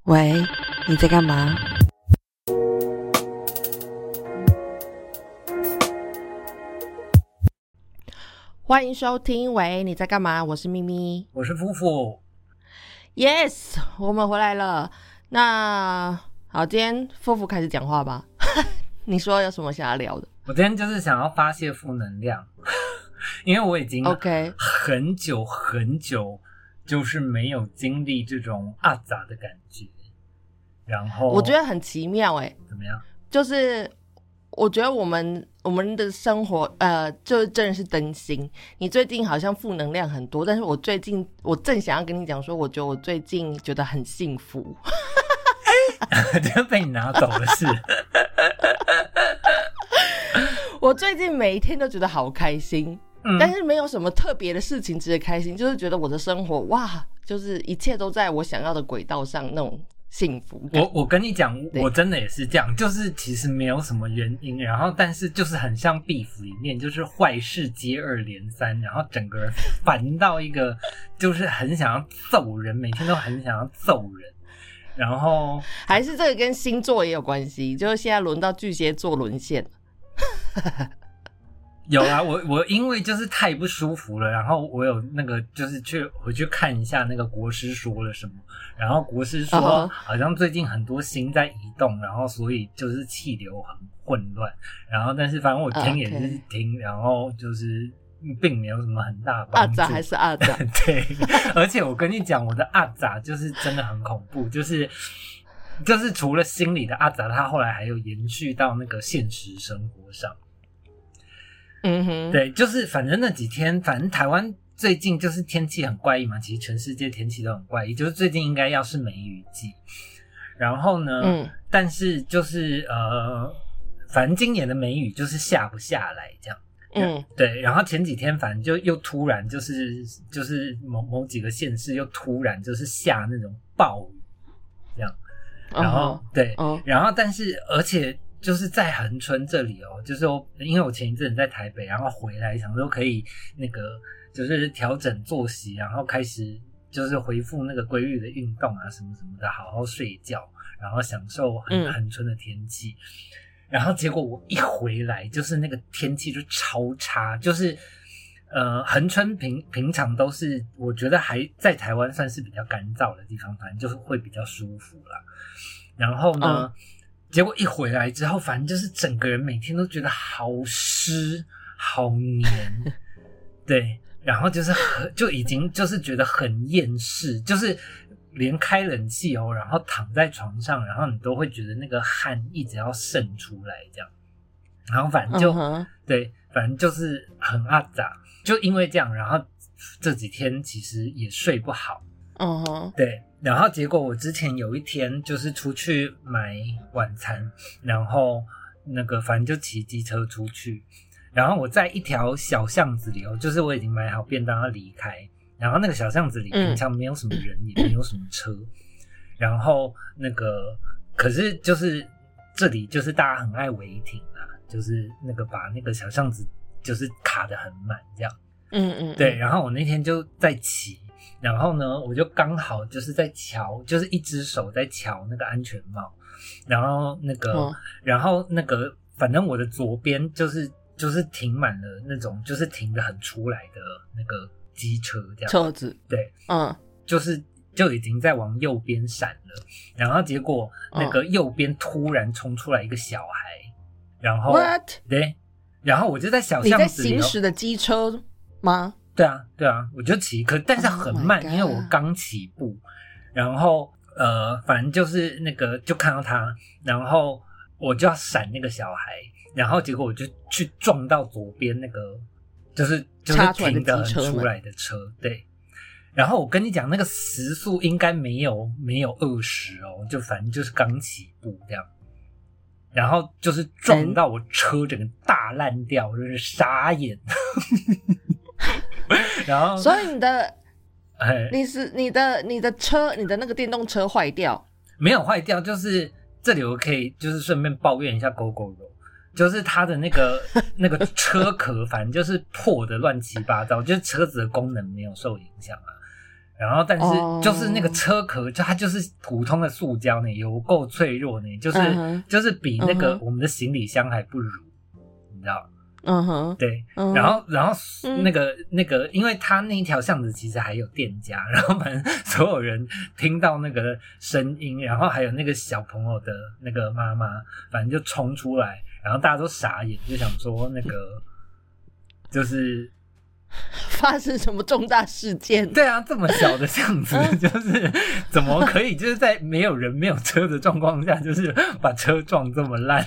喂，你在干嘛？欢迎收听。喂，你在干嘛？我是咪咪， 我是夫妇。 Yes， 我们回来了。那好，今天夫妇开始讲话吧。你说有什么想要聊的？ 我今天就是想要发泄负能量，因为我已经很久很久就是没有经历这种阿杂的感觉。然后我觉得很奇妙欸。 怎么样？ 就是我觉得我们的生活就真的是灯芯。你最近好像负能量很多，但是我正想要跟你讲说，我觉得我最近觉得很幸福。 就被你拿走了是。 我最近每一天都觉得好开心，但是没有什么特别的事情值得开心，就是觉得我的生活哇，就是一切都在我想要的轨道上那种幸福感。 我跟你讲，我真的也是这样，就是其实没有什么原因，然后但是就是很像 Beef 里面，就是坏事接二连三，然后整个人烦到一个就是很想要揍人，每天都很想要揍人。然后还是这个跟星座也有关系，就是现在轮到巨蟹座沦陷。 有啊，我因为就是太不舒服了，然后我有那个就是回去看一下那个国师说了什么，然后国师说好像最近很多星在移动，然后所以就是气流很混乱，然后但是反正我听也是听，然后就是并没有什么很大的帮助。 阿杂还是阿杂。 对，而且我跟你讲，我的阿杂就是真的很恐怖，就是除了心理的阿杂，它后来还有延续到那个现实生活上。 嗯哼， 对，就是反正那几天，反正台湾最近就是天气很怪异嘛，其实全世界天气都很怪异，就是最近应该要是梅雨季。然后呢，但是就是反正今年的梅雨就是下不下来这样。对，然后前几天反正就又突然就是某几个县市又突然就是下那种暴雨这样。然后对，然后但是而且就是在恒春这里就是因为我前一阵子在台北，然后回来想说可以那个就是调整作息，然后开始就是恢复那个规律的运动啊什么什么的，好好睡觉，然后享受恒春的天气。然后结果我一回来，就是那个天气就超差，就是恒春平常都是我觉得还在台湾算是比较干燥的地方，反正就是会比较舒服啦。然后呢，结果一回来之后，反正就是整个人每天都觉得好湿好黏。对，然后就是就已经就是觉得很厌世，就是连开冷气然后躺在床上，然后你都会觉得那个汗一直要渗出来这样。然后反正就对，反正就是很阿杂，就因为这样，然后这几天其实也睡不好。对，然后结果我之前有一天就是出去买晚餐，然后那个反正就骑机车出去，然后我在一条小巷子里就是我已经买好便当要离开，然后那个小巷子里平常没有什么人，也没有什么车，然后那个可是就是这里就是大家很爱违停啊，就是那个把那个小巷子就是卡得很满这样。对，然后我那天就在骑，然后呢我就刚好就是在瞧，就是一只手在瞧那个安全帽，然后那个反正我的左边就是停满了那种就是停得很出来的那个机车这样。 车子。对， 就已经在往右边闪了，然后结果那个右边突然冲出来一个小孩，然后 What？ 对，然后我就在小巷子里。 你在行驶的机车吗？ 对啊，我就骑，但是很慢，因为我刚起步，然后反正就是那个就看到他，然后我就要闪那个小孩，然后结果我就去撞到左边那个就是停得很出来的车。对，然后我跟你讲，那个时速应该没有20就反正就是刚起步这样，然后就是撞到我车整个大烂掉，就是傻眼。然后所以你的车，你的那个电动车坏掉？ 没有坏掉，就是这里我可以就是顺便抱怨一下GoGoRo，就是它的那个车壳反正就是破的乱七八糟，就是车子的功能没有受影响啊。 然后但是就是那个车壳就它就是普通的塑胶呢，有够脆弱呢，就是比那个我们的行李箱还不如，你知道。对，然后那个，因为他那一条巷子其实还有店家，然后反正所有人听到那个声音，然后还有那个小朋友的那个妈妈，反正就冲出来，然后大家都傻眼，就想说那个就是发生什么重大事件？ 对啊，这么小的巷子，就是怎么可以就是在没有人没有车的状况下，就是把车撞这么烂？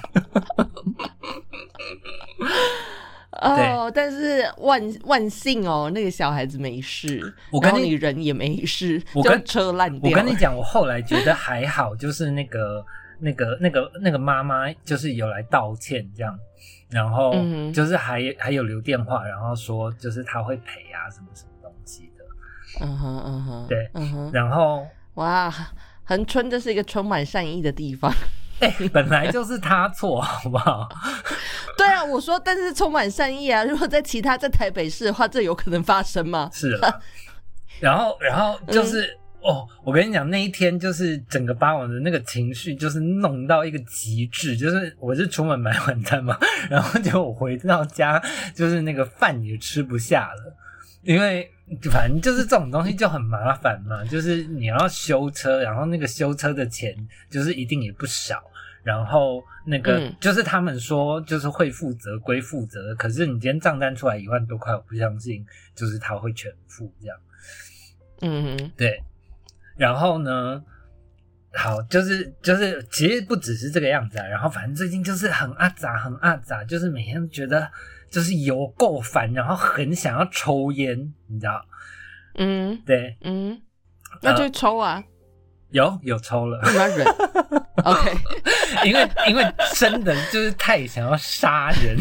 但是万幸哦，那个小孩子没事，然后你人也没事，就车烂掉。 我跟你讲，我后来觉得还好，就是那个妈妈就是有来道歉这样，然后就是还有留电话，然后说就是他会赔啊什么什么东西的。对，然后哇，恒春这是一个充满善意的地方。 本来就是他错，好不好？ 对啊，我说，但是充满善意啊！如果在在台北市的话，这有可能发生吗？ 是了，然后就是我跟你讲，那一天就是整个八王的那个情绪，就是弄到一个极致。就是我是出门买晚餐嘛，然后结果我回到家，就是那个饭也吃不下了，因为反正就是这种东西就很麻烦嘛，就是你要修车，然后那个修车的钱就是一定也不少。然后那个就是他们说就是会负责归负责，可是你今天账单出来1万多块，我不相信就是他会全付这样。对。然后呢，好，就是其实不只是这个样子啊。然后反正最近就是很阿杂，就是每天觉得就是有够烦，然后很想要抽烟，你知道？对， 那就抽啊。 有抽了， 你要忍。OK， 因为真的就是太想要杀人。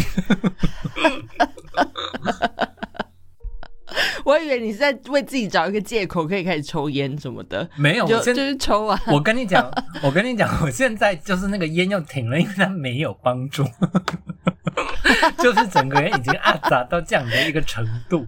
我以为你是在为自己找一个借口，可以开始抽烟什么的。 没有， 就是抽啊。 我跟你讲，我现在就是那个烟又停了，因为它没有帮助，就是整个人已经阿杂到这样的一个程度。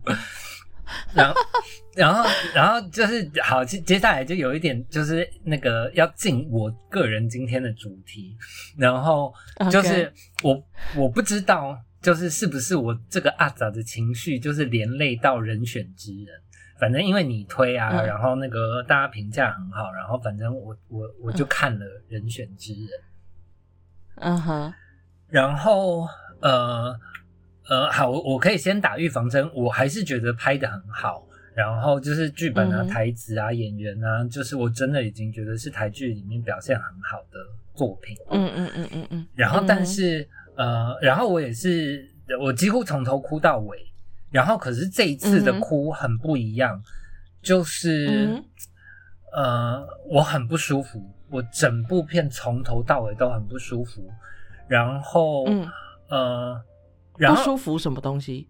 然后就是好，接下来就有一点就是那个要进我个人今天的主题，然后就是我不知道就是是不是我这个阿杂的情绪就是连累到人选之人，反正因为你推啊，然后那个大家评价很好，然后反正我就看了人选之人，然后好，我可以先打预防针，我还是觉得拍得很好。然后就是剧本啊、台词啊、演员啊，就是我真的已经觉得是台剧里面表现很好的作品。然后但是然后我几乎从头哭到尾。然后可是这一次的哭很不一样，就是我很不舒服，我整部片从头到尾都很不舒服。然后不舒服什么东西？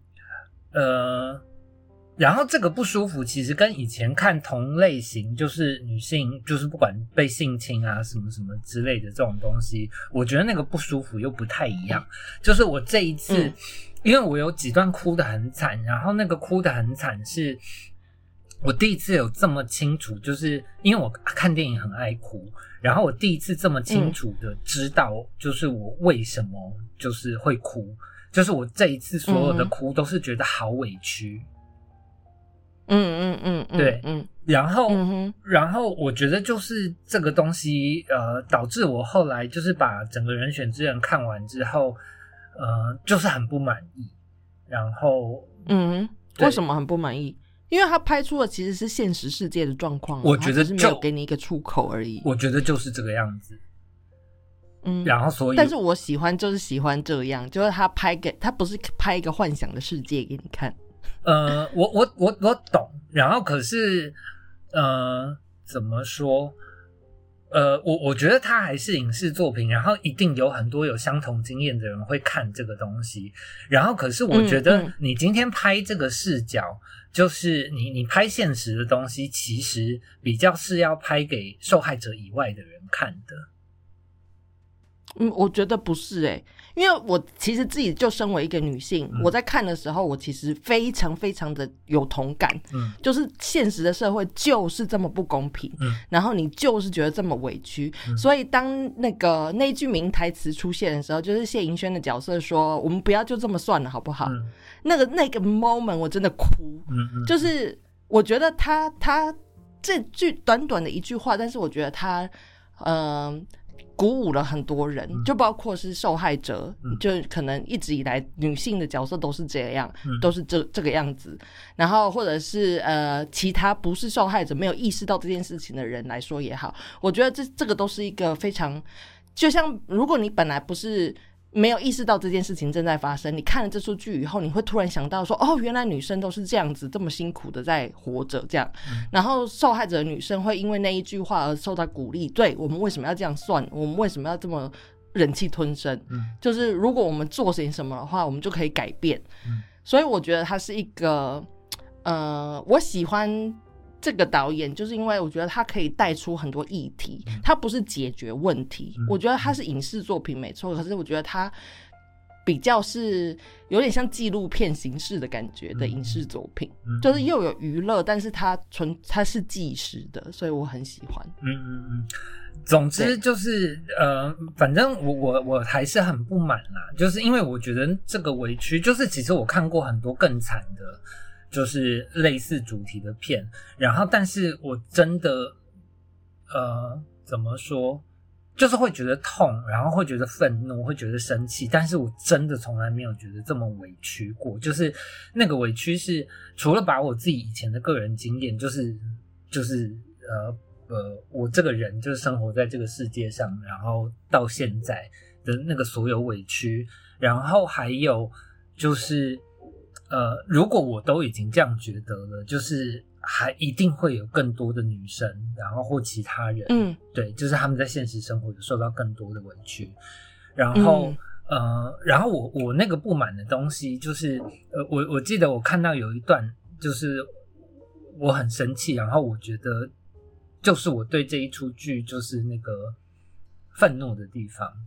然后这个不舒服其实跟以前看同类型，就是女性就是不管被性侵啊什么什么之类的这种东西，我觉得那个不舒服又不太一样。就是我这一次因为我有几段哭得很惨，然后那个哭得很惨是我第一次有这么清楚，就是因为我看电影很爱哭，然后我第一次这么清楚的知道就是我为什么就是会哭，就是我这一次所有的哭都是觉得好委屈。对，然后我觉得就是这个东西导致我后来就是把整个人选之人看完之后就是很不满意。然后为什么很不满意？因为他拍出的其实是现实世界的状况， 我觉得只是没有给你一个出口而已。 我觉得就是这个样子。然后所以但是我喜欢就是喜欢这样，就是他不是拍一个幻想的世界给你看。 我懂，然后可是怎么说？我觉得它还是影视作品，然后一定有很多有相同经验的人会看这个东西。然后可是我觉得你今天拍这个视角，就是你拍现实的东西，其实比较是要拍给受害者以外的人看的。 我觉得不是因为我其实自己就身为一个女性，我在看的时候，我其实非常非常的有同感，就是现实的社会就是这么不公平，然后你就是觉得这么委屈，所以当那一句名台词出现的时候，就是谢盈萱的角色说我们不要就这么算了好不好，那个 moment 我真的哭，就是我觉得他这句短短的一句话，但是我觉得他鼓舞了很多人，就包括是受害者，就可能一直以来女性的角色都是这样，都是这个样子，然后或者是其他不是受害者没有意识到这件事情的人来说也好，我觉得这个都是一个非常，就像如果你本来不是没有意识到这件事情正在发生，你看了这出剧以后，你会突然想到说，哦，原来女生都是这样子，这么辛苦的在活着这样，然后受害者的女生会因为那一句话而受到鼓励，对，我们为什么要这样算，我们为什么要这么忍气吞声，就是如果我们做些什么的话，我们就可以改变，所以我觉得它是一个我喜欢这个导演，就是因为我觉得他可以带出很多议题，他不是解决问题，我觉得他是影视作品没错，可是我觉得他比较是有点像纪录片形式的感觉的影视作品，就是又有娱乐，但是它是纪实的，所以我很喜欢。 总之就是反正我还是很不满啦，就是因为我觉得这个委屈，就是其实我看过很多更惨的就是类似主题的片，然后但是我真的怎么说，就是会觉得痛，然后会觉得愤怒，会觉得生气，但是我真的从来没有觉得这么委屈过，就是那个委屈是除了把我自己以前的个人经验，就是我这个人就是生活在这个世界上，然后到现在的那个所有委屈，然后还有就是如果我都已经这样觉得了，就是还一定会有更多的女生，然后或其他人，对，就是他们在现实生活有受到更多的委屈，然后然后我那个不满的东西就是我记得我看到有一段就是我很生气，然后我觉得就是我对这一出剧就是那个愤怒的地方，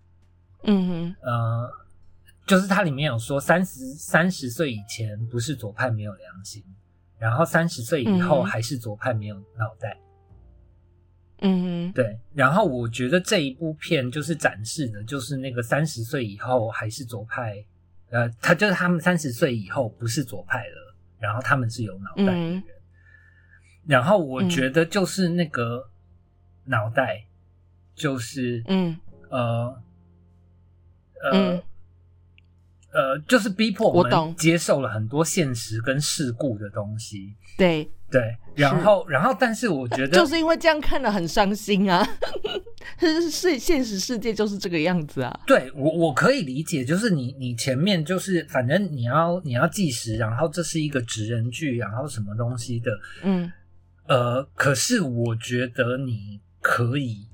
就是它里面有说30岁以前不是左派没有良心，然后30岁以后还是左派没有脑袋。对，然后我觉得这一部片就是展示的就是那个30岁以后还是左派，他就是他们30岁以后不是左派了，然后他们是有脑袋的人，然后我觉得就是那个脑袋就是就是逼迫我们接受了很多现实跟世故的东西。 对， 然后但是我觉得就是因为这样看了很伤心啊是现实世界就是这个样子啊。 对，我可以理解，就是你前面就是反正你要计时，然后这是一个职人剧，然后什么东西的，可是我觉得你可以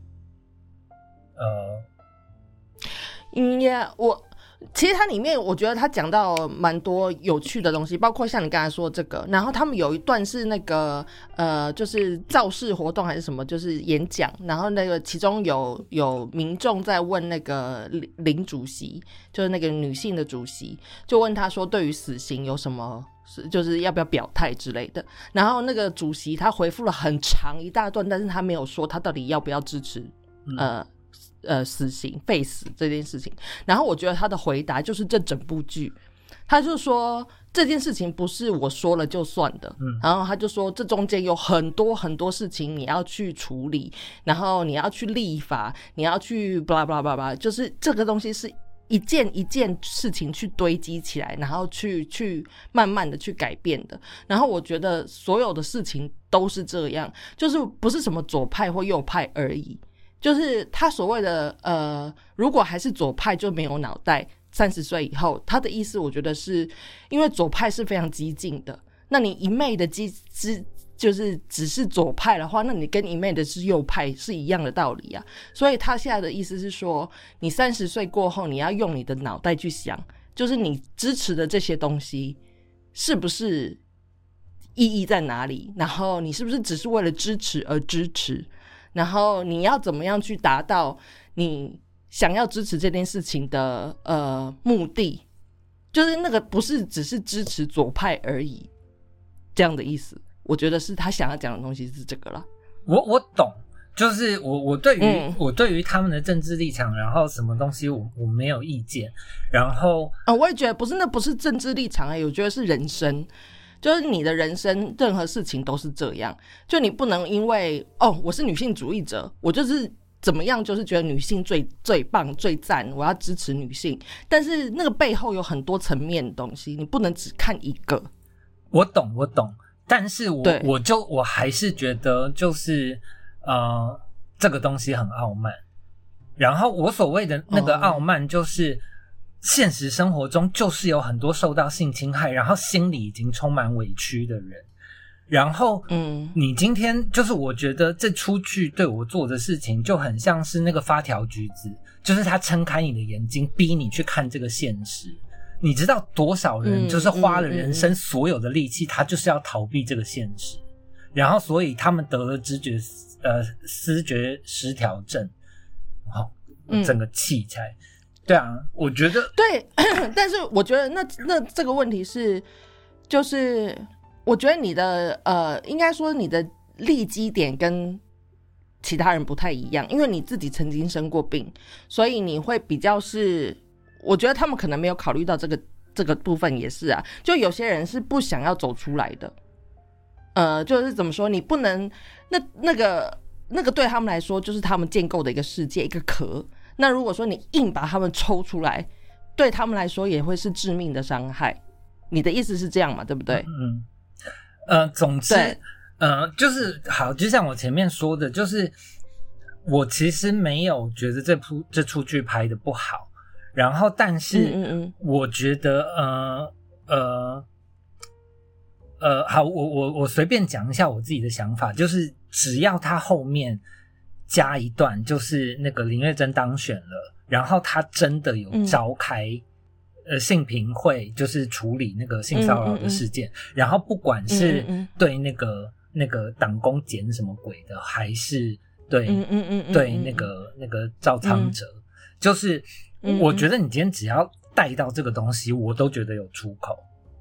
其实它里面我觉得它讲到蛮多有趣的东西，包括像你刚才说这个，然后他们有一段是那个就是造势活动还是什么，就是演讲，然后那个其中有民众在问那个林主席，就是那个女性的主席，就问他说对于死刑有什么就是要不要表态之类的，然后那个主席他回复了很长一大段，但是他没有说他到底要不要支持死刑废死这件事情，然后我觉得他的回答就是这整部剧，他就说这件事情不是我说了就算的，然后他就说这中间有很多很多事情你要去处理，然后你要去立法，你要去 blah blah blah blah， 就是这个东西是一件一件事情去堆积起来，然后去慢慢的去改变的。然后我觉得所有的事情都是这样，就是不是什么左派或右派而已，就是他所谓的如果还是左派就没有脑袋，30岁以后，他的意思我觉得是因为左派是非常激进的，那你一昧的就是只是左派的话，那你跟一昧的是右派是一样的道理啊。所以他现在的意思是说，你30岁过后，你要用你的脑袋去想，就是你支持的这些东西是不是意义在哪里，然后你是不是只是为了支持而支持，然后你要怎么样去达到你想要支持这件事情的目的，就是那个不是只是支持左派而已这样的意思。我觉得是他想要讲的东西是这个啦。 我懂，就是我对于我对于他们的政治立场，然后什么东西我没有意见，然后我也觉得那不是政治立场我觉得是人生，就是你的人生任何事情都是这样，就你不能因为我是女性主义者，我就是怎么样，就是觉得女性最棒最赞，我要支持女性，但是那个背后有很多层面的东西，你不能只看一个。 我懂，但是我还是觉得就是这个东西很傲慢，然后我所谓的那个傲慢就是现实生活中就是有很多受到性侵害，然后心里已经充满委屈的人，然后你今天就是我觉得这出剧对我做的事情就很像是那个发条橘子，就是他撑开你的眼睛逼你去看这个现实。你知道多少人就是花了人生所有的力气，他就是要逃避这个现实，然后所以他们得了思觉失调症，整个气起来。对啊，我觉得对，但是我觉得那这个问题是，就是我觉得你的应该说你的立基点跟其他人不太一样，因为你自己曾经生过病，所以你会比较是。我觉得他们可能没有考虑到这个部分也是啊，就有些人是不想要走出来的，就是怎么说，你不能那个对他们来说就是他们建构的一个世界一个壳，那如果说你硬把他们抽出来，对他们来说也会是致命的伤害。你的意思是这样嘛，对不对？ 总之就是好，就像我前面说的，就是我其实没有觉得这出剧拍的不好。然后但是我觉得好，我随便讲一下我自己的想法，就是只要他后面加一段，就是那个林月珍当选了，然后他真的有召开性平会，就是处理那个性骚扰的事件，然后不管是对那个党工检什么鬼的，还是对那个赵昌哲，就是我觉得你今天只要带到这个东西，我都觉得有出口。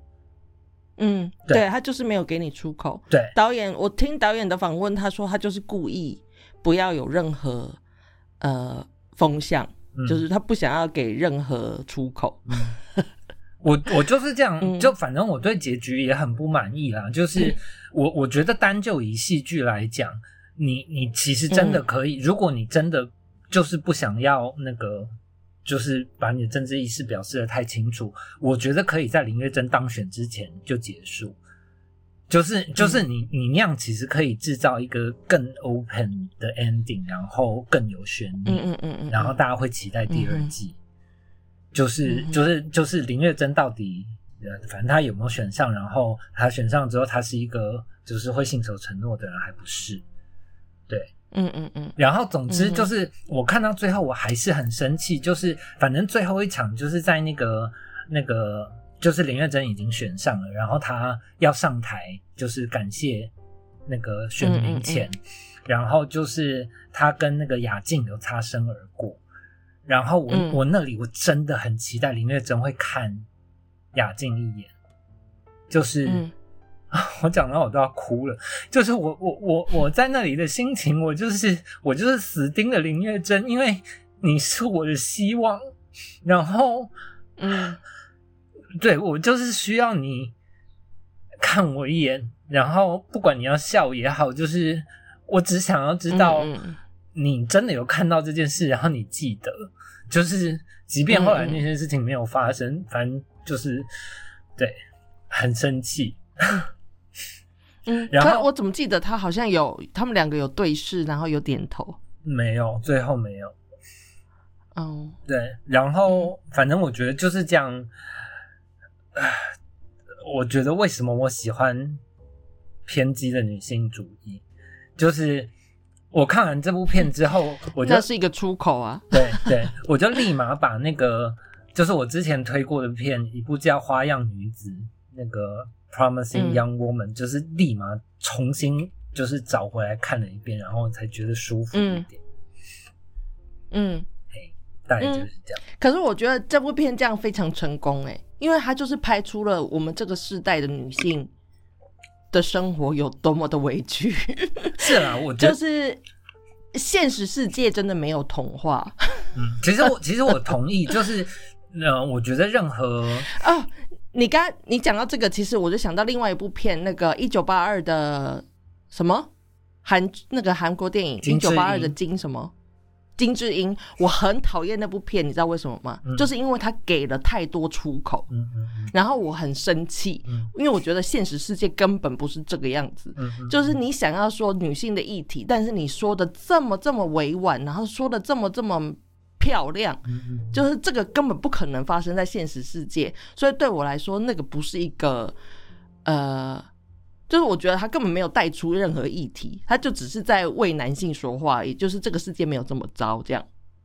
对，他就是没有给你出口。 对， 导演，我听导演的访问，他说他就是故意不要有任何风向，就是他不想要给任何出口。 我就是这样，就反正我对结局也很不满意啦。就是我觉得单就以戏剧来讲，你其实真的可以，如果你真的就是不想要那个。就是把你的政治意识表示得太清楚，我觉得可以在林月珍当选之前就结束。就是你那样其实可以制造一个更 open 的 ending， 然后更有悬念，然后大家会期待第二季。就是林月珍到底反正他有没有选上，然后他选上之后他是一个就是会信守承诺的人还不是。对。然后总之就是我看到最后我还是很生气，就是反正最后一场就是在那个就是林月珍已经选上了，然后他要上台就是感谢那个选民前，然后就是他跟那个雅静有擦身而过，然后我那里我真的很期待林月珍会看雅静一眼，就是我讲到我都要哭了，就是我在那里的心情，我就是死盯着林月珍，因为你是我的希望，然后对，我就是需要你看我一眼，然后不管你要笑也好，就是我只想要知道你真的有看到这件事，然后你记得，就是即便后来那些事情没有发生，反正就是对，很生气。然后我怎么记得他好像他们两个有对视，然后有点头？ 没有，最后没有。对，然后反正我觉得就是这样。我觉得为什么我喜欢偏激的女性主义，就是我看完这部片之后，我就那是一个出口啊。 对，我就立马把那个就是我之前推过的片，一部叫《花样女子》那个。Promising Young Woman，就是立马重新就是找回来看了一遍，然后才觉得舒服一点。 大概就是这样。 可是我觉得这部片这样非常成功因为它就是拍出了我们这个世代的女性的生活有多么的委屈。 是啦，我觉得就是现实世界真的没有童话。 其实我同意，就是我觉得任何你讲到这个，其实我就想到另外一部片，那个1982的什么那个韩国电影1982的金智英，我很讨厌那部片，你知道为什么吗？就是因为他给了太多出口，然后我很生气，因为我觉得现实世界根本不是这个样子，就是你想要说女性的议题，但是你说的这么委婉，然后说的这么漂亮，就是这个根本不可能发生在现实世界，所以对我来说那个不是一个就是我觉得他根本没有带出任何议题，他就只是在为男性说话，也就是这个世界没有这么糟这样。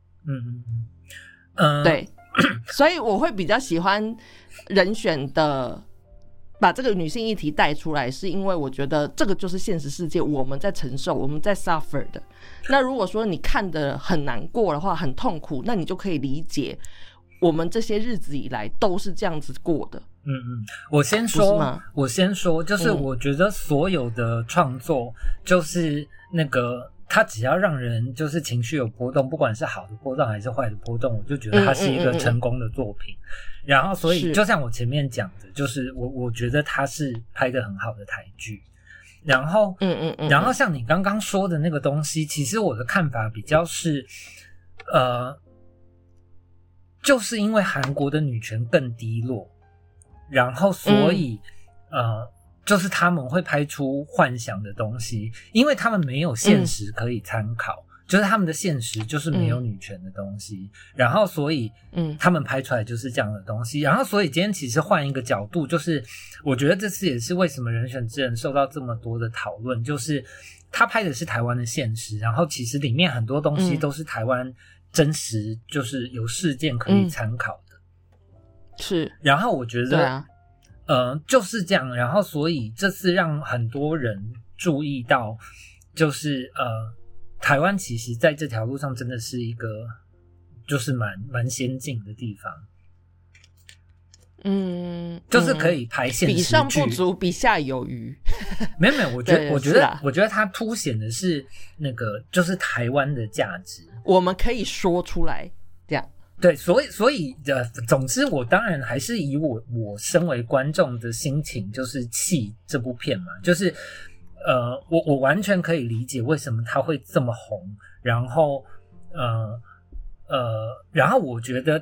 对，所以我会比较喜欢人选的把这个女性议题带出来，是因为我觉得这个就是现实世界我们在承受，我们在 suffer 的。那如果说你看得很难过的话，很痛苦，那你就可以理解我们这些日子以来都是这样子过的。 我先说，就是我觉得所有的创作，就是那个他只要让人就是情绪有波动，不管是好的波动还是坏的波动，我就觉得它是一个成功的作品。然后所以就像我前面讲的，就是我觉得它是拍得很好的台剧。然后然后像你刚刚说的那个东西，其实我的看法比较是就是因为韩国的女权更低落，然后所以就是他们会拍出幻想的东西，因为他们没有现实可以参考，就是他们的现实就是没有女权的东西，然后所以他们拍出来就是这样的东西。然后所以今天其实换一个角度，就是我觉得这次也是为什么人选之人受到这么多的讨论，就是他拍的是台湾的现实，然后其实里面很多东西都是台湾真实，就是有事件可以参考的。 是， 然后我觉得就是这样，然后所以这次让很多人注意到，就是台湾其实在这条路上真的是一个就是蛮先进的地方。就是可以拍现实剧， 比上不足，比下有余。 没有，我觉得它凸显的是那个就是台湾的价值， 我们可以说出来，这样。 对，所以总之我当然还是以我身为观众的心情，就是气这部片嘛，就是我完全可以理解为什么它会这么红，然后我觉得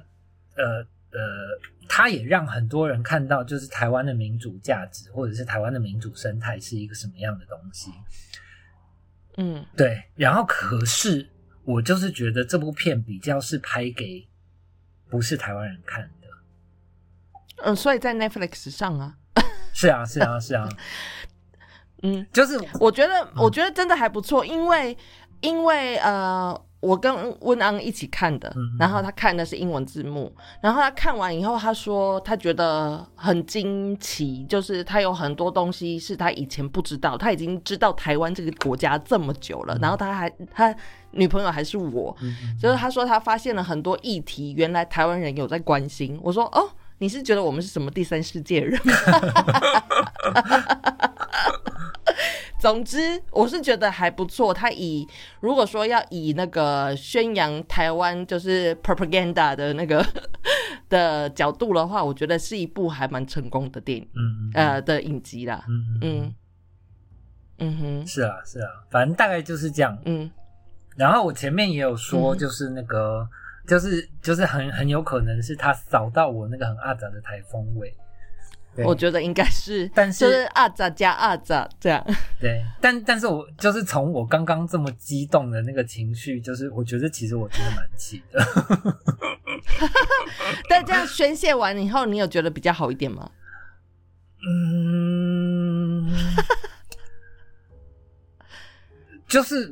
它也让很多人看到，就是台湾的民主价值或者是台湾的民主生态是一个什么样的东西。对，然后可是我就是觉得这部片比较是拍给不是台湾人看的。 所以在 Netflix 上啊。 是啊。就是我觉得真的还不错，因为我跟温昂一起看的，然后他看的是英文字幕，然后他看完以后他说他觉得很惊奇，就是他有很多东西是他以前不知道，他已经知道台湾这个国家这么久了，然后他女朋友还是我，就是他说他发现了很多议题，原来台湾人有在关心。我说哦，你是觉得我们是什么第三世界人吗？总之我是觉得还不错，他如果说要以那个宣扬台湾就是 propaganda 的那个的角度的话，我觉得是一部还蛮成功的电影，的影集啦。 是啊，反正大概就是这样。然后我前面也有说，就是那个就是很有可能是他扫到我那个很阿杂的台风味。 我觉得应该是， 但是就是阿杂加阿杂这样。 对，但是我就是从我刚刚这么激动的那个情绪，就是我觉得其实我真的蛮气的。 但这样宣泄完以后，你有觉得比较好一点吗？ 就是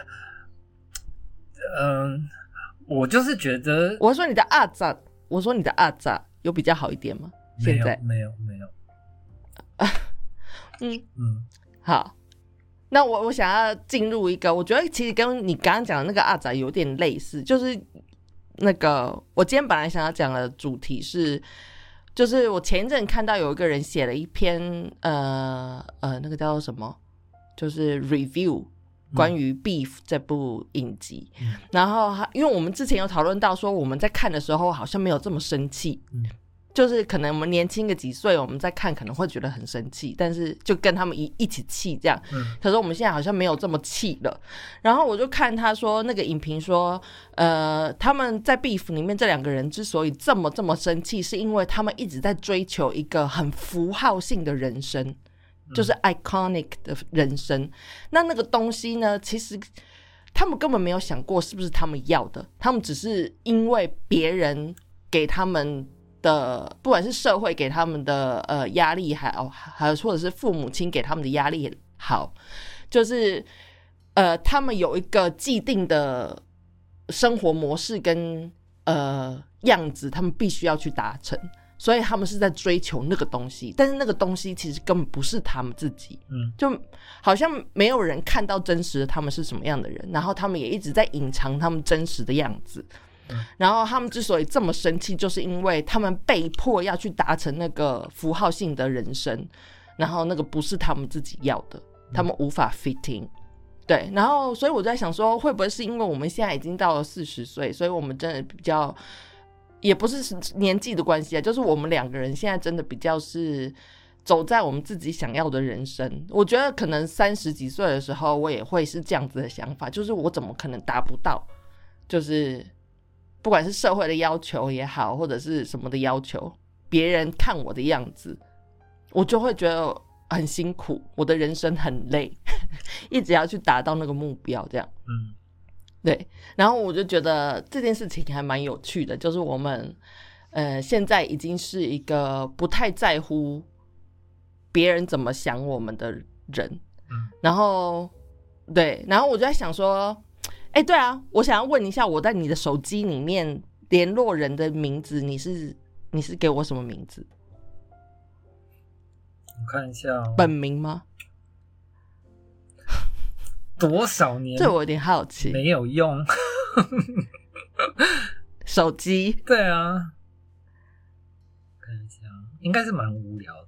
我就是觉得， 我说你的阿杂有比较好一点吗？现在没有。 好，那我想要进入一个，我觉得其实跟你刚刚讲的那个阿仔有点类似，就是那个我今天本来想要讲的主题是，就是我前一阵看到有一个人写了一篇那个叫做什么，就是 review 关于 Beef 这部影集，然后因为我们之前有讨论到说我们在看的时候好像没有这么生气，就是可能我们年轻个几岁，我们在看可能会觉得很生气，但是就跟他们一起气这样。可是我们现在好像没有这么气了。然后我就看他说那个影评说，他们在 Beef 里面这两个人之所以这么生气，是因为他们一直在追求一个很符号性的人生，就是 iconic 的人生。那个东西呢，其实他们根本没有想过是不是他们要的，他们只是因为别人给他们的，不管是社会给他们的压力还或者是父母亲给他们的压力好，就是他们有一个既定的生活模式跟样子，他们必须要去达成，所以他们是在追求那个东西，但是那个东西其实根本不是他们自己，就好像没有人看到真实的他们是什么样的人，然后他们也一直在隐藏他们真实的样子。然后他们之所以这么生气，就是因为他们被迫要去达成那个符号性的人生，然后那个不是他们自己要的，他们无法 fit in。 对，然后所以我在想说，会不会是因为我们现在已经到了40岁，所以我们真的比较，也不是年纪的关系啊，就是我们两个人现在真的比较是走在我们自己想要的人生。我觉得可能30几岁的时候我也会是这样子的想法，就是我怎么可能达不到，就是不管是社会的要求也好，或者是什么的要求，别人看我的样子，我就会觉得很辛苦，我的人生很累一直要去达到那个目标这样。对，然后我就觉得这件事情还蛮有趣的，就是我们现在已经是一个不太在乎别人怎么想我们的人。然后对，然后我就在想说，对啊，我想要问一下，我在你的手机里面联络人的名字，你是给我什么名字？ 我看一下本名吗？ 多少年？ 这我有点好奇。 没有用手机？ 对啊，看一下，应该是蛮无聊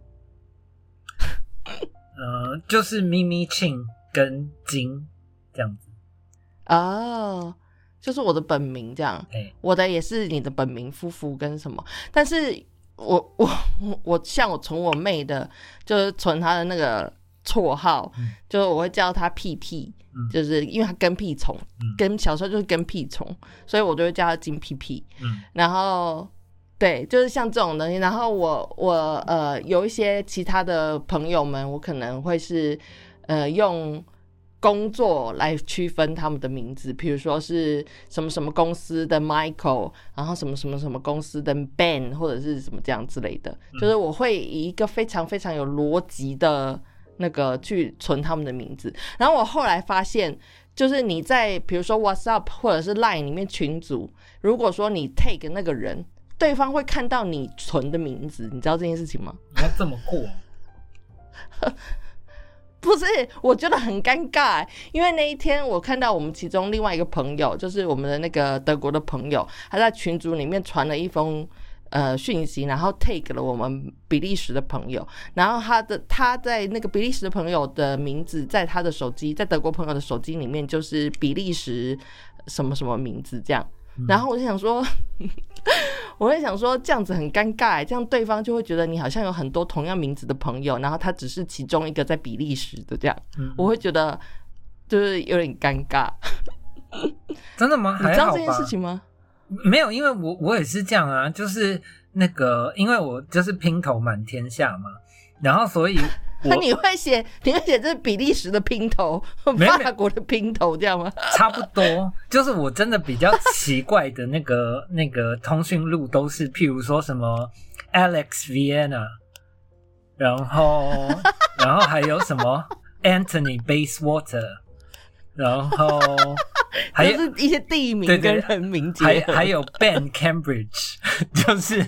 的。就是咪咪庆跟金这样子。 哦，就是我的本名这样。我的也是你的本名夫妇跟什么，但是我像我存我妹的，就是存她的那个绰号，就是我会叫她屁屁，就是因为她跟屁虫，跟小时候就是跟屁虫，所以我就会叫她金屁屁。然后对，就是像这种东西。然后我有一些其他的朋友们，我可能会是用工作来区分他们的名字，比如说是什么什么公司的 Michael， 然后什么什么什么公司的 Ben， 或者是什么这样之类的。就是我会以一个非常非常有逻辑的那个去存他们的名字。然后我后来发现，就是你在比如说 WhatsApp 或者是 Line 里面群组，如果说你 take 那个人，对方会看到你存的名字，你知道这件事情吗？ 你要这么过不是，我觉得很尴尬，因为那一天我看到我们其中另外一个朋友，就是我们的那个德国的朋友，他在群组里面传了一封讯息，然后 take 了我们比利时的朋友，然后他在那个比利时的朋友的名字，在他的手机，在德国朋友的手机里面就是比利时什么什么名字这样。然后我就想说我会想说这样子很尴尬，这样对方就会觉得你好像有很多同样名字的朋友，然后他只是其中一个在比利时的这样。我会觉得就是有点尴尬真的吗？ 你知道这件事情吗？ 没有，因为我也是这样啊，就是那个因为我就是拼头满天下嘛，然后所以你会写这是比利时的拼头，法国的拼头这样吗？ 差不多，就是我真的比较奇怪的那个通讯录都是譬如说什么 Alex Vienna， 然后还有什么 Anthony Bayswater， 然后还有就是一些地名跟人名结合， 还有 Ben Cambridge 就是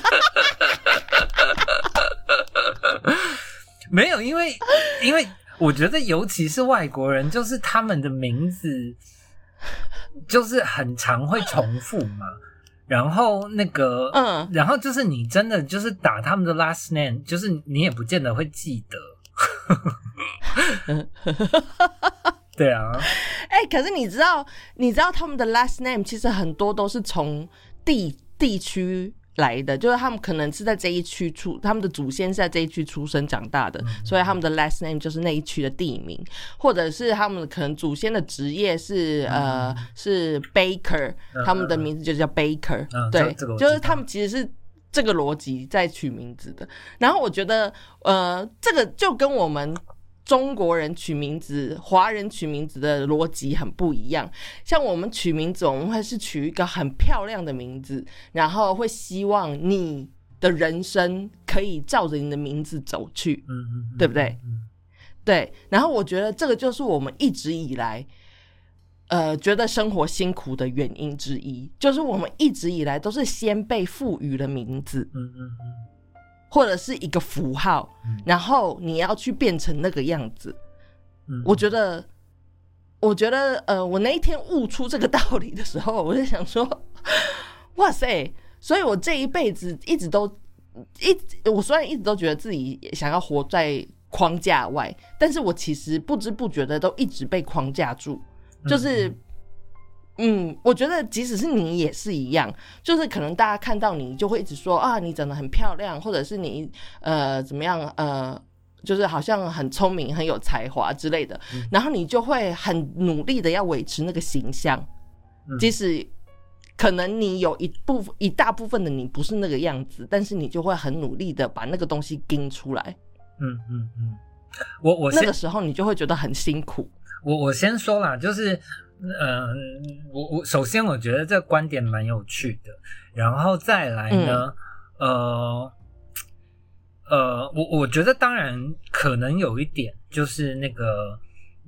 没有，因为我觉得尤其是外国人，就是他们的名字就是很常会重复嘛。然后那个，然后就是你真的就是打他们的 last name， 就是你也不见得会记得。对啊， 可是你知道他们的 last name 其实很多都是从地区来的，就是他们可能是在这一区他们的祖先是在这一区出生长大的，所以他们的 last name 就是那一区的地名，或者是他们可能祖先的职业是baker，他们的名字就叫 baker，对，就是他们其实是这个逻辑在取名字的。然后我觉得这个就跟我们中国人取名字、华人取名字的逻辑很不一样。像我们取名字，我们会是取一个很漂亮的名字，然后会希望你的人生可以照着你的名字走去，对不对？对。然后我觉得这个就是我们一直以来觉得生活辛苦的原因之一，就是我们一直以来都是先被赋予了名字，或者是一个符号，然后你要去变成那个样子。我觉得我那一天悟出这个道理的时候，我就想说，哇塞！所以我这一辈子我虽然一直都觉得自己想要活在框架外，但是我其实不知不觉的都一直被框架住，就是我觉得即使是你也是一样，就是可能大家看到你就会一直说啊，你长得很漂亮，或者是你怎么样就是好像很聪明很有才华之类的，然后你就会很努力的要维持那个形象，即使可能你有一大部分的你不是那个样子，但是你就会很努力的把那个东西盯出来。我那个时候你就会觉得很辛苦。 我先说啦，就是我首先我觉得这个观点蛮有趣的，然后再来呢，我觉得当然可能有一点就是那个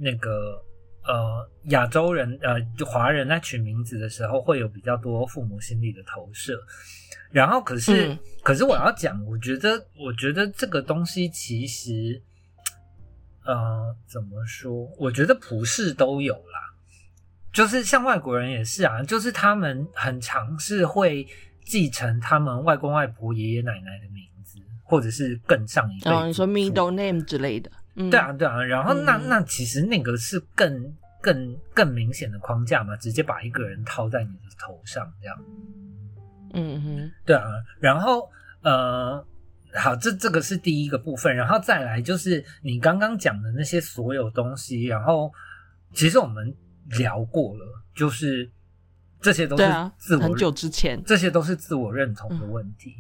亚洲人华人在取名字的时候会有比较多父母心理的投射，然后可是我要讲，我觉得这个东西其实怎么说？我觉得普世都有啦，就是像外国人也是啊，就是他们很常是会继承他们外公外婆、爷爷奶奶的名字，或者是更上一辈。 你说 middle name 之类的。 对啊，然后那其实那个是更明显的框架嘛，直接把一个人套在你的头上这样。对啊，然后好，这个是第一个部分，然后再来就是你刚刚讲的那些所有东西，然后其实我们聊过了，就是这些都是很久之前， 这些都是自我认同的问题。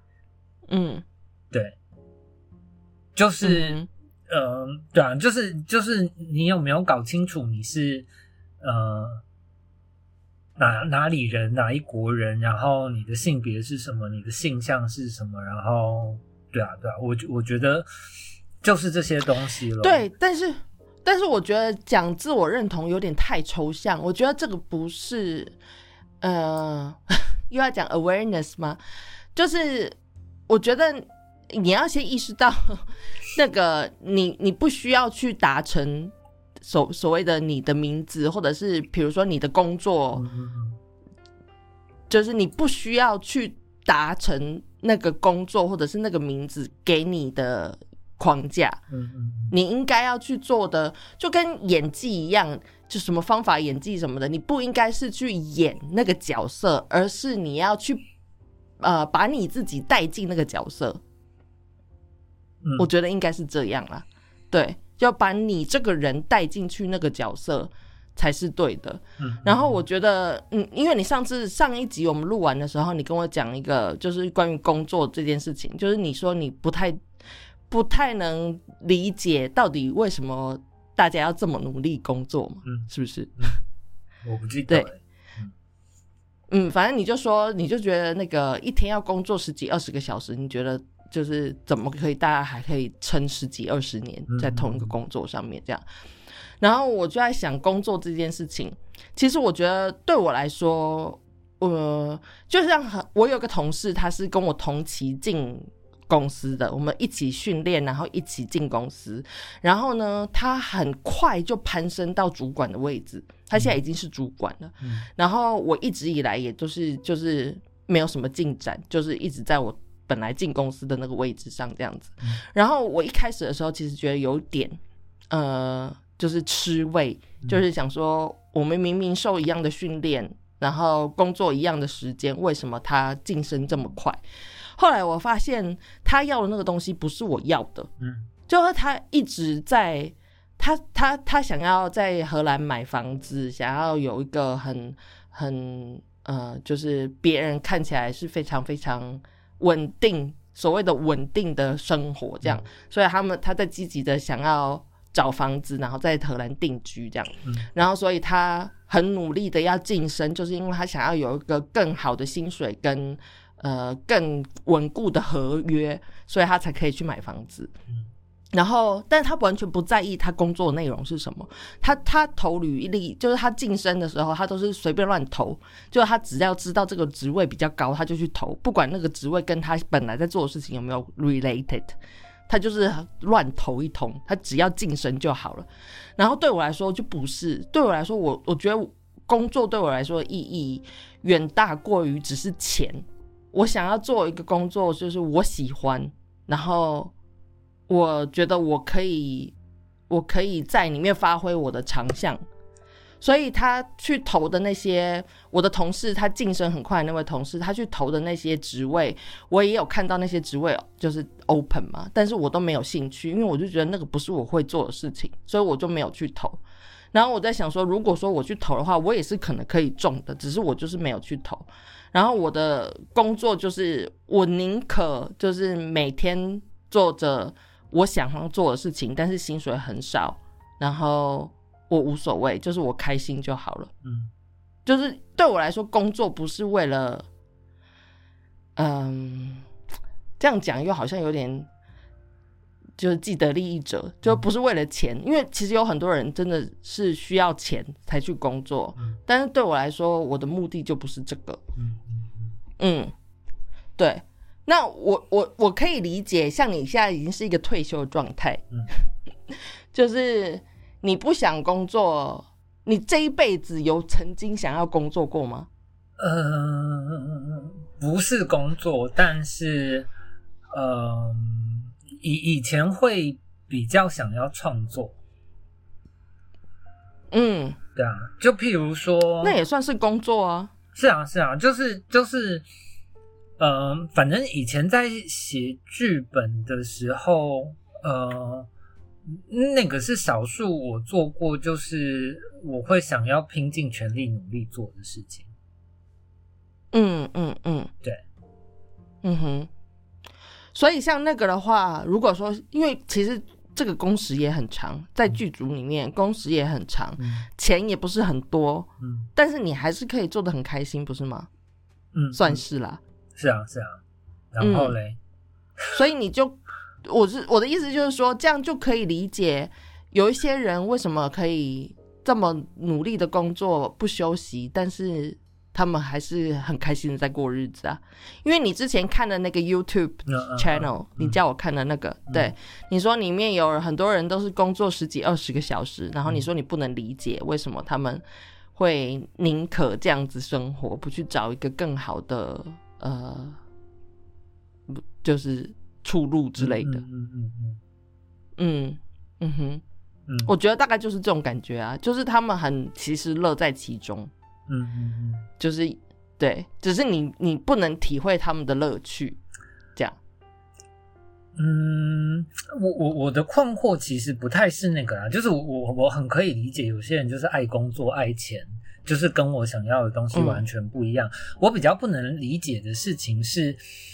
对，就是对啊，就是你有没有搞清楚你是哪里人，哪一国人，然后你的性别是什么，你的性向是什么，然后对啊，我觉得就是这些东西了。 对，但是我觉得讲自我认同有点太抽象，我觉得这个不是又要讲 awareness 吗？就是我觉得你要先意识到那个你不需要去达成所谓的你的名字，或者是比如说你的工作，就是你不需要去达成那个工作或者是那个名字给你的框架。你应该要去做的就跟演技一样，就什么方法演技什么的，你不应该是去演那个角色，而是你要去把你自己带进那个角色。我觉得应该是这样啦，对，要把你这个人带进去那个角色才是对的。然后我觉得因为你上一集我们录完的时候，你跟我讲一个就是关于工作这件事情，就是你说你不太能理解到底为什么大家要这么努力工作嘛，是不是？ 我不记得。 对，反正你就觉得那个一天要工作10几20个小时，你觉得就是怎么可以大家还可以撑10几20年在同一个工作上面这样。然后我就在想工作这件事情，其实我觉得对我来说就像我有个同事，他是跟我同期进公司的，我们一起训练，然后一起进公司。然后呢，他很快就攀升到主管的位置，他现在已经是主管了。然后我一直以来也都是就是没有什么进展，就是一直在我本来进公司的那个位置上这样子。然后我一开始的时候其实觉得有点就是吃味，就是想说我们明明受一样的训练，然后工作一样的时间，为什么他晋升这么快？后来我发现他要的那个东西不是我要的，就是他一直在他想要在荷兰买房子，想要有一个很就是别人看起来是非常非常稳定，所谓的稳定的生活这样，所以他在积极的想要找房子，然后在荷兰定居这样，然后所以他很努力的要晋升，就是因为他想要有一个更好的薪水跟更稳固的合约，所以他才可以去买房子。然后但他完全不在意他工作的内容是什么，他投履历，就是他晋升的时候他都是随便乱投，就他只要知道这个职位比较高他就去投，不管那个职位跟他本来在做的事情有没有 related， 他就是乱投一通，他只要晋升就好了。然后对我来说就不是，对我来说我觉得工作对我来说的意义远大过于只是钱。我想要做一个工作就是我喜欢，然后我觉得我可以在里面发挥我的长项。所以他去投的那些，我的同事，他晋升很快的那位同事，他去投的那些职位，我也有看到那些职位就是 open 嘛，但是我都没有兴趣，因为我就觉得那个不是我会做的事情，所以我就没有去投。然后我在想说，如果说我去投的话，我也是可能可以中的，只是我就是没有去投。然后我的工作就是我宁可就是每天做着我想要做的事情，但是薪水很少，然后我无所谓，就是我开心就好了。就是对我来说工作不是为了这样讲又好像有点就是既得利益者，就不是为了钱，因为其实有很多人真的是需要钱才去工作，但是对我来说我的目的就不是这个。对，那我可以理解，像你现在已经是一个退休的状态，就是你不想工作，你这一辈子有曾经想要工作过吗？ 不是工作，但是以前会比较想要创作。对啊，就譬如说， 那也算是工作啊。 是啊，就是反正以前在写剧本的时候，那个是少数我做过，就是我会想要拼尽全力努力做的事情。对， 所以像那个的话，如果说，因为其实这个工时也很长，在剧组里面工时也很长，钱也不是很多，但是你还是可以做得很开心，不是吗？算是啦。 是啊，然后嘞， 所以你就我的意思就是说，这样就可以理解有一些人为什么可以这么努力的工作不休息，但是他们还是很开心的在过日子啊。因为你之前看的那个 YouTube channel，你叫我看的那个，对，你说里面有很多人都是工作10几20个小时，然后你说你不能理解为什么他们会宁可这样子生活，不去找一个更好的就是出路之类的。我觉得大概就是这种感觉啊，就是他们很其实乐在其中。就是对，只是你不能体会他们的乐趣，这样。 我的困惑其实不太是那个啊，就是我很可以理解有些人就是爱工作爱钱，就是跟我想要的东西完全不一样。我比较不能理解的事情是，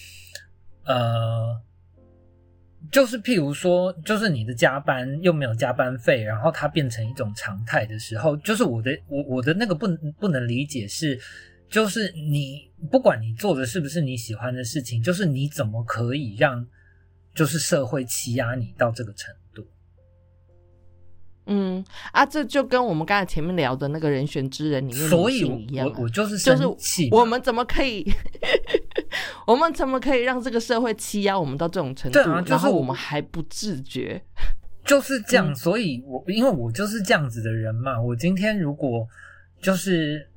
就是譬如说，就是你的加班又没有加班费，然后它变成一种常态的时候，就是我的那个不能理解是，就是你不管你做的是不是你喜欢的事情，就是你怎么可以让就是社会欺压你到这个程度？ 这就跟我们刚才前面聊的那个人选之人里面所以女性一样， 我就是生气， 就是我们怎么可以我们怎么可以让这个社会欺压我们到这种程度？ 对啊，就是、 然后我们还不自觉， 就是这样。所以因为我就是这样子的人嘛，我今天如果就是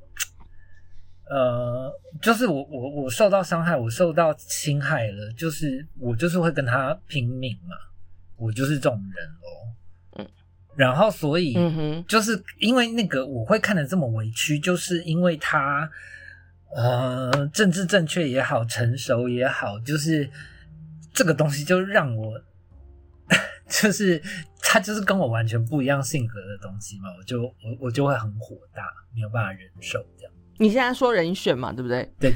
就是我受到伤害，我受到侵害了，就是我就是会跟他拼命嘛，我就是这种人咯。然后所以就是因为那个我会看得这么委屈，就是因为他政治正确也好，成熟也好，就是这个东西就让我就是他就是跟我完全不一样性格的东西嘛，我就会很火大，没有办法忍受这样。 你现在说人选嘛，对不对？ 对，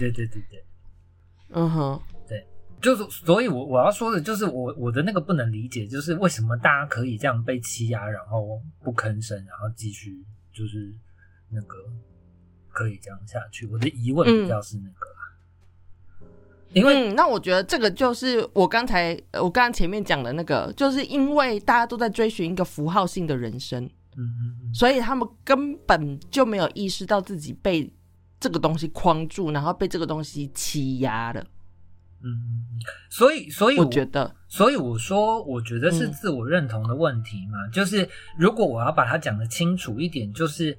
对，就是所以我要说的就是我的那个不能理解，就是为什么大家可以这样被欺压，然后不吭声，然后继续就是那个可以这样下去。我的疑问比较是那个啦，因为那我觉得这个就是我刚刚前面讲的那个，就是因为大家都在追寻一个符号性的人生，所以他们根本就没有意识到自己被这个东西框住，然后被这个东西欺压了。 所以我觉得， 所以我说，我觉得是自我认同的问题嘛。就是如果我要把它讲得清楚一点，就是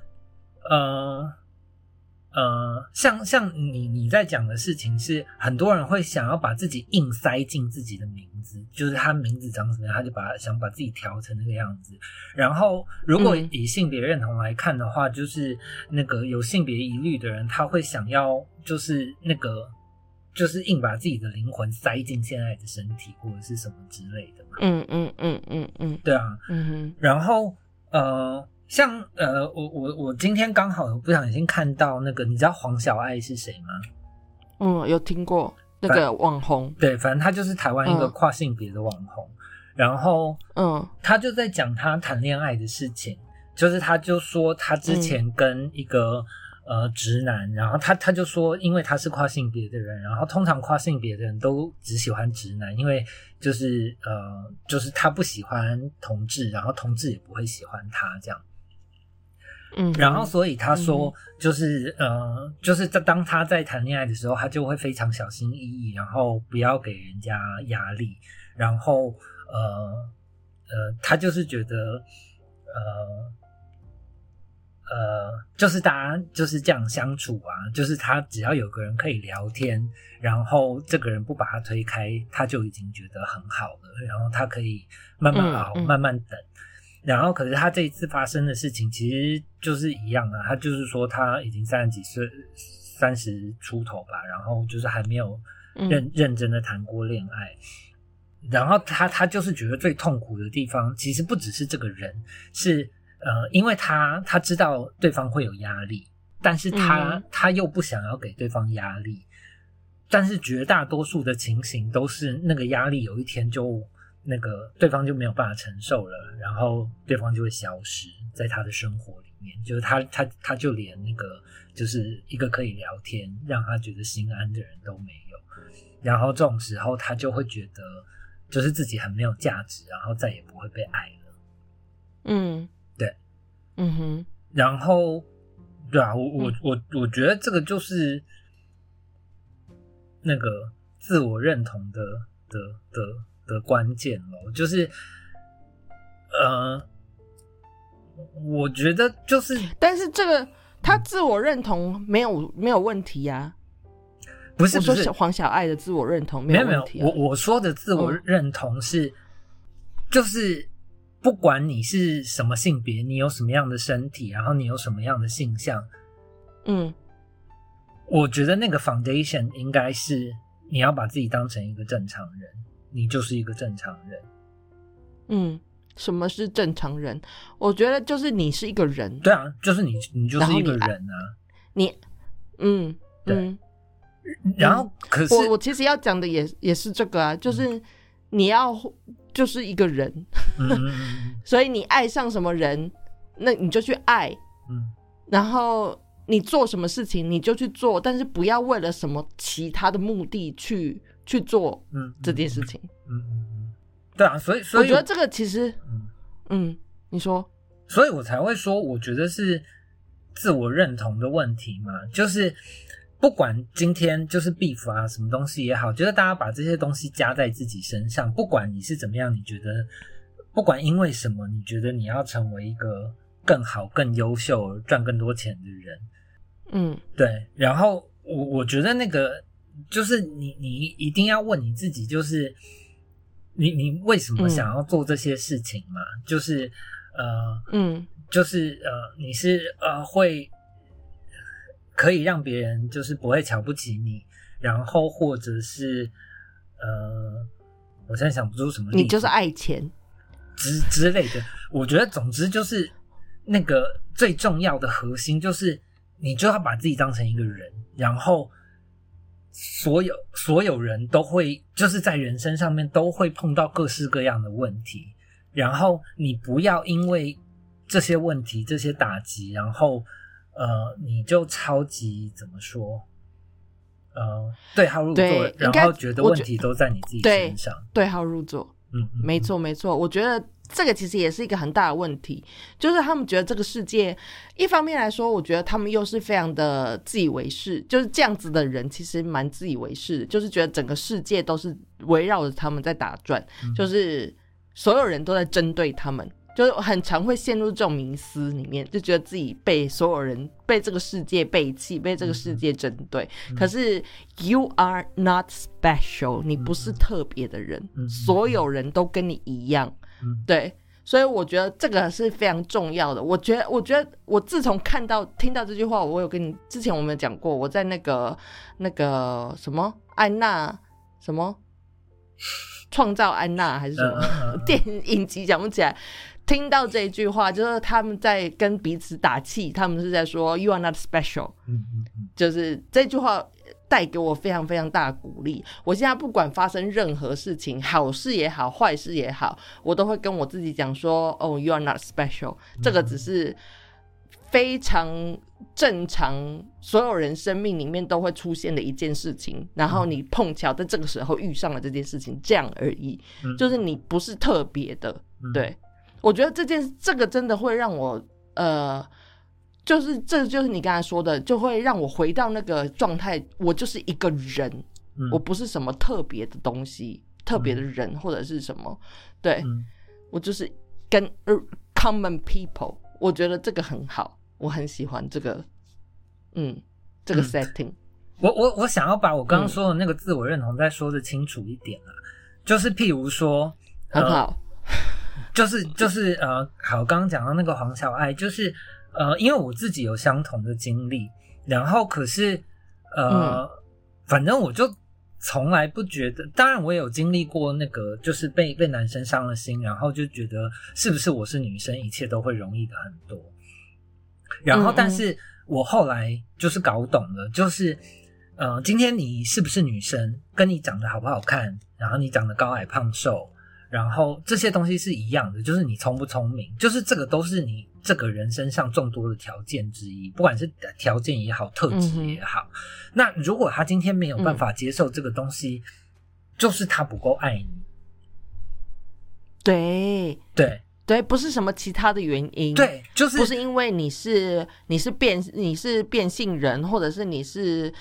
像你在讲的事情是，很多人会想要把自己硬塞进自己的名字，就是他名字长什么样，他就想把自己调成那个样子。然后，如果以性别认同来看的话，就是那个有性别疑虑的人，他会想要就是那个就是硬把自己的灵魂塞进现在的身体或者是什么之类的嘛。对啊。然后像我今天刚好有不小心看到那个，你知道黄小爱是谁吗？ 有听过那个网红。 对，反正他就是台湾一个跨性别的网红。然后他就在讲他谈恋爱的事情，就是他就说他之前跟一个直男，然后他就说因为他是跨性别的人，然后通常跨性别的人都只喜欢直男，因为就是他不喜欢同志，然后同志也不会喜欢他这样。然后所以他说就是就是当他在谈恋爱的时候，他就会非常小心翼翼，然后不要给人家压力，然后他就是觉得就是大家就是这样相处啊，就是他只要有个人可以聊天，然后这个人不把他推开，他就已经觉得很好了，然后他可以慢慢熬，慢慢等。然后可是他这一次发生的事情其实就是一样啊，他就是说他已经30几岁，30出头吧，然后就是还没有认真的谈过恋爱。然后他就是觉得最痛苦的地方其实不只是这个人，是因为他知道对方会有压力，但是他又不想要给对方压力，但是绝大多数的情形都是那个压力有一天就那个对方就没有办法承受了，然后对方就会消失在他的生活里面，就是他就连那个就是一个可以聊天让他觉得心安的人都没有，然后这种时候他就会觉得就是自己很没有价值，然后再也不会被爱了。对。然后对啊，我觉得这个就是那个自我认同的关键咯，就是我觉得就是， 但是这个他自我认同没有问题啊。 不是我说黄小爱的自我认同没有问题啊。 我说的自我认同是就是不管你是什么性别，你有什么样的身体，然后你有什么样的性向，我觉得那个 foundation 应该是你要把自己当成一个正常人，你就是一个正常人。 什么是正常人？我觉得就是你是一个人。 对啊，就是你就是一个人啊。对。然后可是我其实要讲的也是这个啊，就是你要就是一个人，所以你爱上什么人，那你就去爱，然后你做什么事情你就去做，但是不要为了什么其他的目的去做这件事情。 对啊，所以我觉得这个其实你说， 所以我才会说我觉得是自我认同的问题嘛，就是不管今天就是 beef 啊什么东西也好，就是大家把这些东西加在自己身上，不管你是怎么样，你觉得不管因为什么，你觉得你要成为一个更好更优秀赚更多钱的人，对，然后我觉得那个就是你你一定要问你自己，就是你为什么想要做这些事情嘛？就是就是你是会可以让别人就是不会瞧不起你，然后或者是我现在想不出什么例子， 你就是爱钱之类的。我觉得总之就是那个最重要的核心就是你就要把自己当成一个人，然后所有人都会就是在人生上面都会碰到各式各样的问题，然后你不要因为这些问题这些打击，然后你就超级怎么说对号入座，然后觉得问题都在你自己身上， 对号入座，没错没错。我觉得这个其实也是一个很大的问题，就是他们觉得这个世界一方面来说，我觉得他们又是非常的自以为是，就是这样子的人其实蛮自以为是的，就是觉得整个世界都是围绕着他们在打转，就是所有人都在针对他们，就很常会陷入这种迷思里面，就觉得自己被所有人被这个世界背弃，被这个世界针对，可是 you are not special， 你不是特别的人，所有人都跟你一样，对，所以我觉得这个是非常重要的。我觉得我自从听到这句话，我有跟你之前我们有讲过，我在那个什么安娜什么创造安娜还是什么电影集讲不起来，听到这一句话，就是他们在跟彼此打气，他们是在说 you are not special， 就是这句话带给我非常非常大的鼓励。我现在不管发生任何事情，好事也好坏事也好，我都会跟我自己讲说you are not special， 这个只是非常正常，所有人生命里面都会出现的一件事情，然后你碰巧在这个时候遇上了这件事情，这样而已，就是你不是特别的，对。我觉得这个真的会让我就是这就是你刚才说的，就会让我回到那个状态，我就是一个人，我不是什么特别的东西，特别的人或者是什么，对，我就是跟common people， 我觉得这个很好，我很喜欢这个这个 setting。 我想要把我刚刚说的那个自我认同再说的清楚一点啊，就是譬如说很好。 就是好，刚刚讲到那个黄小爱，就是因为我自己有相同的经历，然后可是反正我就从来不觉得，当然我也有经历过那个就是被男生伤了心，然后就觉得是不是我是女生一切都会容易的很多，然后但是我后来就是搞懂了，就是今天你是不是女生跟你长得好不好看，然后你长得高矮胖瘦，然后这些东西是一样的，就是你聪不聪明，就是这个都是你这个人身上众多的条件之一，不管是条件也好特质也好，那如果他今天没有办法接受这个东西，就是他不够爱你。 对，不是什么其他的原因， 对，就是不是因为你是变性人，或者是你是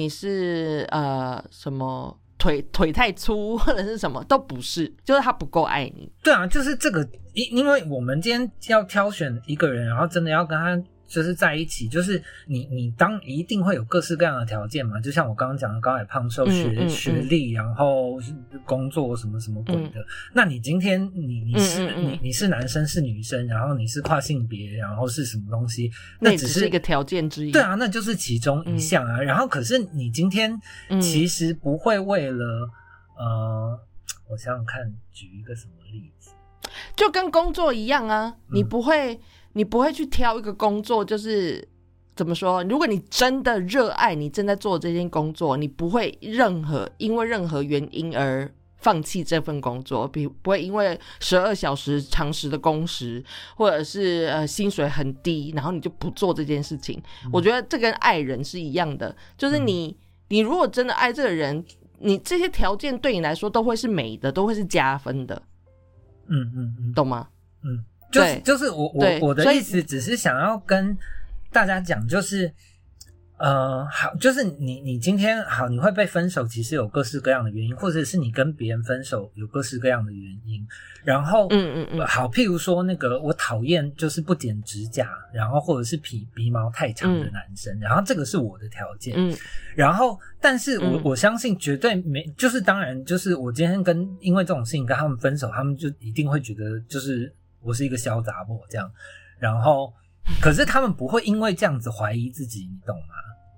什么腿太粗或者是什么，都不是，就是他不够爱你。 对啊，就是这个，因为我们今天要挑选一个人，然后真的要跟他就是在一起，就是你当一定会有各式各样的条件嘛，就像我刚刚讲的高矮胖瘦、学历，然后工作什么什么鬼的。那你今天你是男生是女生，然后你是跨性别，然后是什么东西，那只是一个条件之一。 对啊，那就是其中一项啊。然后可是你今天其实不会为了我想想看，举一个什么例子， 就跟工作一样啊，你不会去挑一个工作，就是怎么说？如果你真的热爱你正在做这件工作，你不会因为任何原因而放弃这份工作，不会因为12小时长时的工时，或者是薪水很低，然后你就不做这件事情。我觉得这跟爱人是一样的，就是你如果真的爱这个人，你这些条件对你来说都会是美的，都会是加分的。懂吗？ 就是我的意思只是想要跟大家讲，就是好，就是你今天好，你会被分手，其实有各式各样的原因，或者是你跟别人分手有各式各样的原因。然后，好，譬如说那个我讨厌就是不剪指甲，然后或者是鼻毛太长的男生，然后这个是我的条件。然后，但是我相信绝对没，就是当然就是我今天因为这种事情跟他们分手，他们就一定会觉得就是我是一个小杂货这样，然后。可是他们不会因为这样子怀疑自己，你懂吗？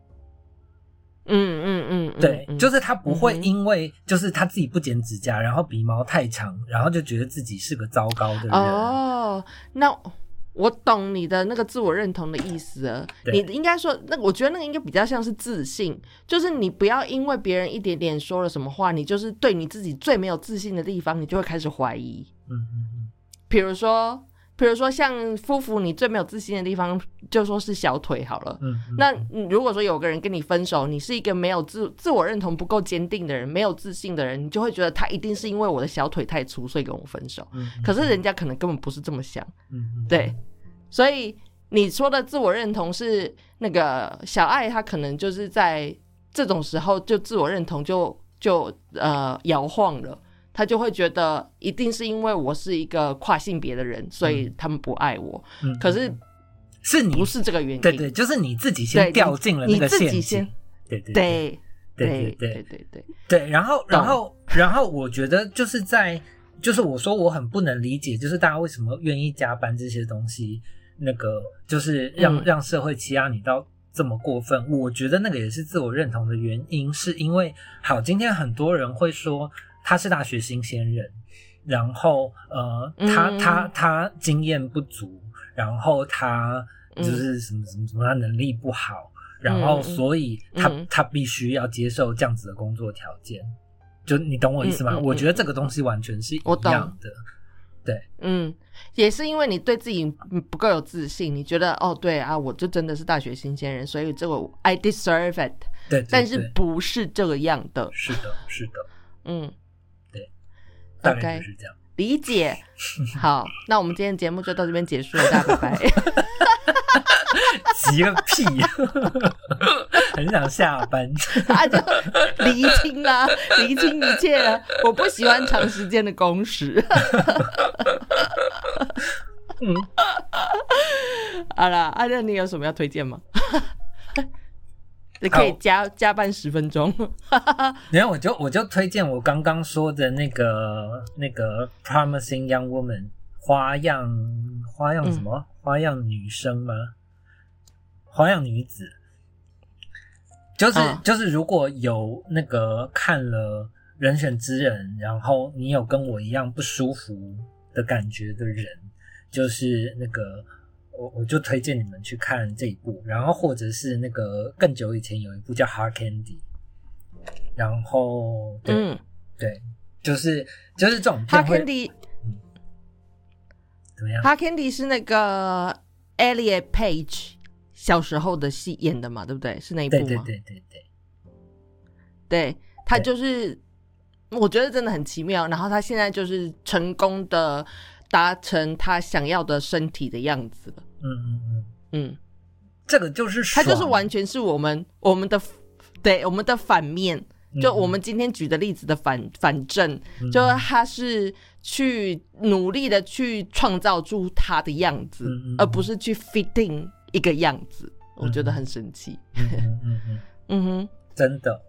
对，就是他不会因为就是他自己不剪指甲，然后鼻毛太长，然后就觉得自己是个糟糕的人。 哦，那我懂你的那个自我认同的意思了。你应该说，我觉得那个应该比较像是自信，就是你不要因为别人一点点说了什么话，你就是对你自己最没有自信的地方，你就会开始怀疑。比如说像夫妇你最没有自信的地方就说是小腿好了，那如果说有个人跟你分手，你是一个没有自我认同不够坚定的人，没有自信的人，你就会觉得他一定是因为我的小腿太粗所以跟我分手，可是人家可能根本不是这么想，对，所以你说的自我认同是那个小爱他可能就是在这种时候就自我认同就摇晃了，他就会觉得一定是因为我是一个跨性别的人，所以他们不爱我。可是是你不是这个原因？ 对，就是你自己先掉进了那个陷阱。对，然后我觉得就是我说我很不能理解，就是大家为什么愿意加班这些东西，那个就是让社会欺压你到这么过分。我觉得那个也是自我认同的原因，是因为好，今天很多人会说。他是大学新鲜人，然后他经验不足，然后他就是什么他能力不好，然后所以他必须要接受这样子的工作条件。就你懂我意思吗？我觉得这个东西完全是一样的。对， 也是因为你对自己不够有自信，你觉得哦对啊，我就真的是大学新鲜人，所以这个 I deserve it。 对， 但是不是这样的。 是的。大概就是这样， 理解。好，那我们今天的节目就到这边结束了，大家拜拜。 急个屁很想下班。 他就厘清啦，厘清一切了。我不喜欢长时间的工时。好啦，那你有什么要推荐吗？你可以加班10分钟。 然后我就推荐我刚刚说的那个 Promising Young Woman 花样什么、花样女生吗？花样女子。就是如果有那个看了人选之人，然后你有跟我一样不舒服的感觉的人，就是那个我就推荐你们去看这一部，然后或者是那个更久以前有一部叫 Hard Candy， 然后对，就是这种片会 Hard Candy， 怎么样？ Hard Candy 是那个 Elliot Page 小时候的戏演的嘛，对不对？是那一部吗？对，他就是我觉得真的很奇妙，然后他现在就是成功的达成他想要的身体的样子了。 这个就是爽， 他就是完全是我们的反面，就我们今天举的例子的反正，就是他是去努力的去创造出他的样子，而不是去 fitting 一个样子，我觉得很神奇。 真的。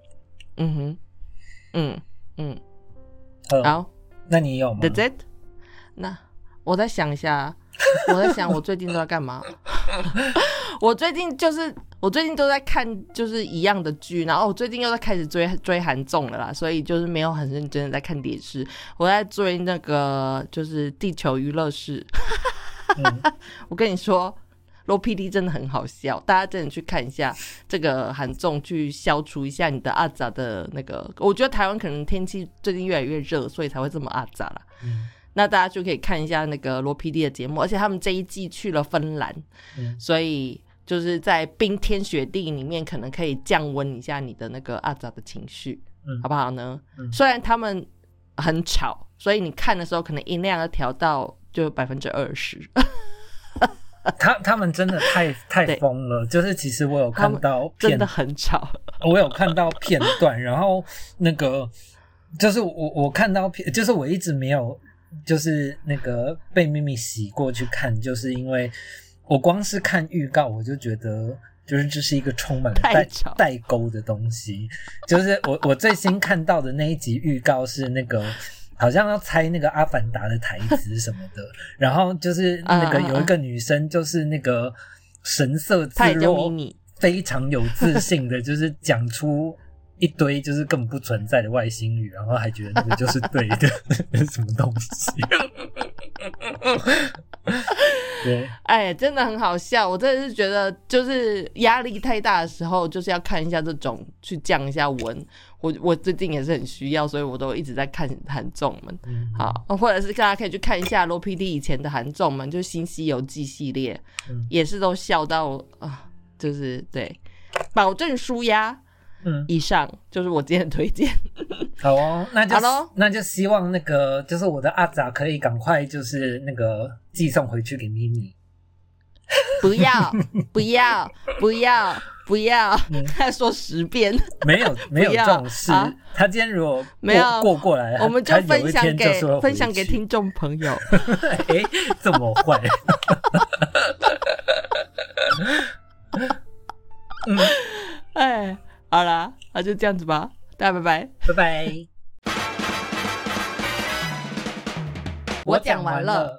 好， 那你有吗？ That's it？ 那我再想一下，我最近都在干嘛？我最近都在看就是一样的剧，然后我最近又在开始追韩综了啦，所以就是没有很认真的在看电视。我在追那个就是地球娱乐室。我跟你说罗 PD 真的很好笑，大家真的去看一下这个韩综，去消除一下你的阿杂的那个。我觉得台湾可能天气最近越来越热，所以才会这么阿杂啦。那大家就可以看一下那个罗 PD 的节目，而且他们这一季去了芬兰，所以就是在冰天雪地里面，可能可以降温一下你的那个阿杂的情绪，好不好呢？虽然他们很吵，所以你看的时候可能音量要调到就20%。 他们真的太疯了，就是其实我有看到片， 真的很吵。 我有看到片段，然后那个就是我看到片，就是我一直没有就是那个被咪咪洗过去看，就是因为我光是看预告我就觉得就是这是一个充满了代沟的东西。就是我最新看到的那一集预告是那个好像要猜那个阿凡达的台词什么的，然后就是那个有一个女生就是那个神色自若，非常有自信的就是讲出一堆就是根本不存在的外星语，然后还觉得那个就是对的什么东西对， 哎，真的很好笑。我真的是觉得就是压力太大的时候就是要看一下这种去降一下温。我最近也是很需要，所以我都一直在看韩综们。好，或者是大家可以去看一下罗 PD 以前的韩综们，就是新西游记系列，也是都笑到就是对，保证舒压。以上就是我今天的推荐。 好哦，那就希望那个就是我的阿杂可以赶快就是那个寄送回去给咪咪。 不要不要不要不要，他说10遍。没有这种事。他今天如果没有过来， 我们就分享给听众朋友。 哎，这么坏。 哎，好啦，那就这样子吧，大家拜拜， 拜拜。 我讲完了。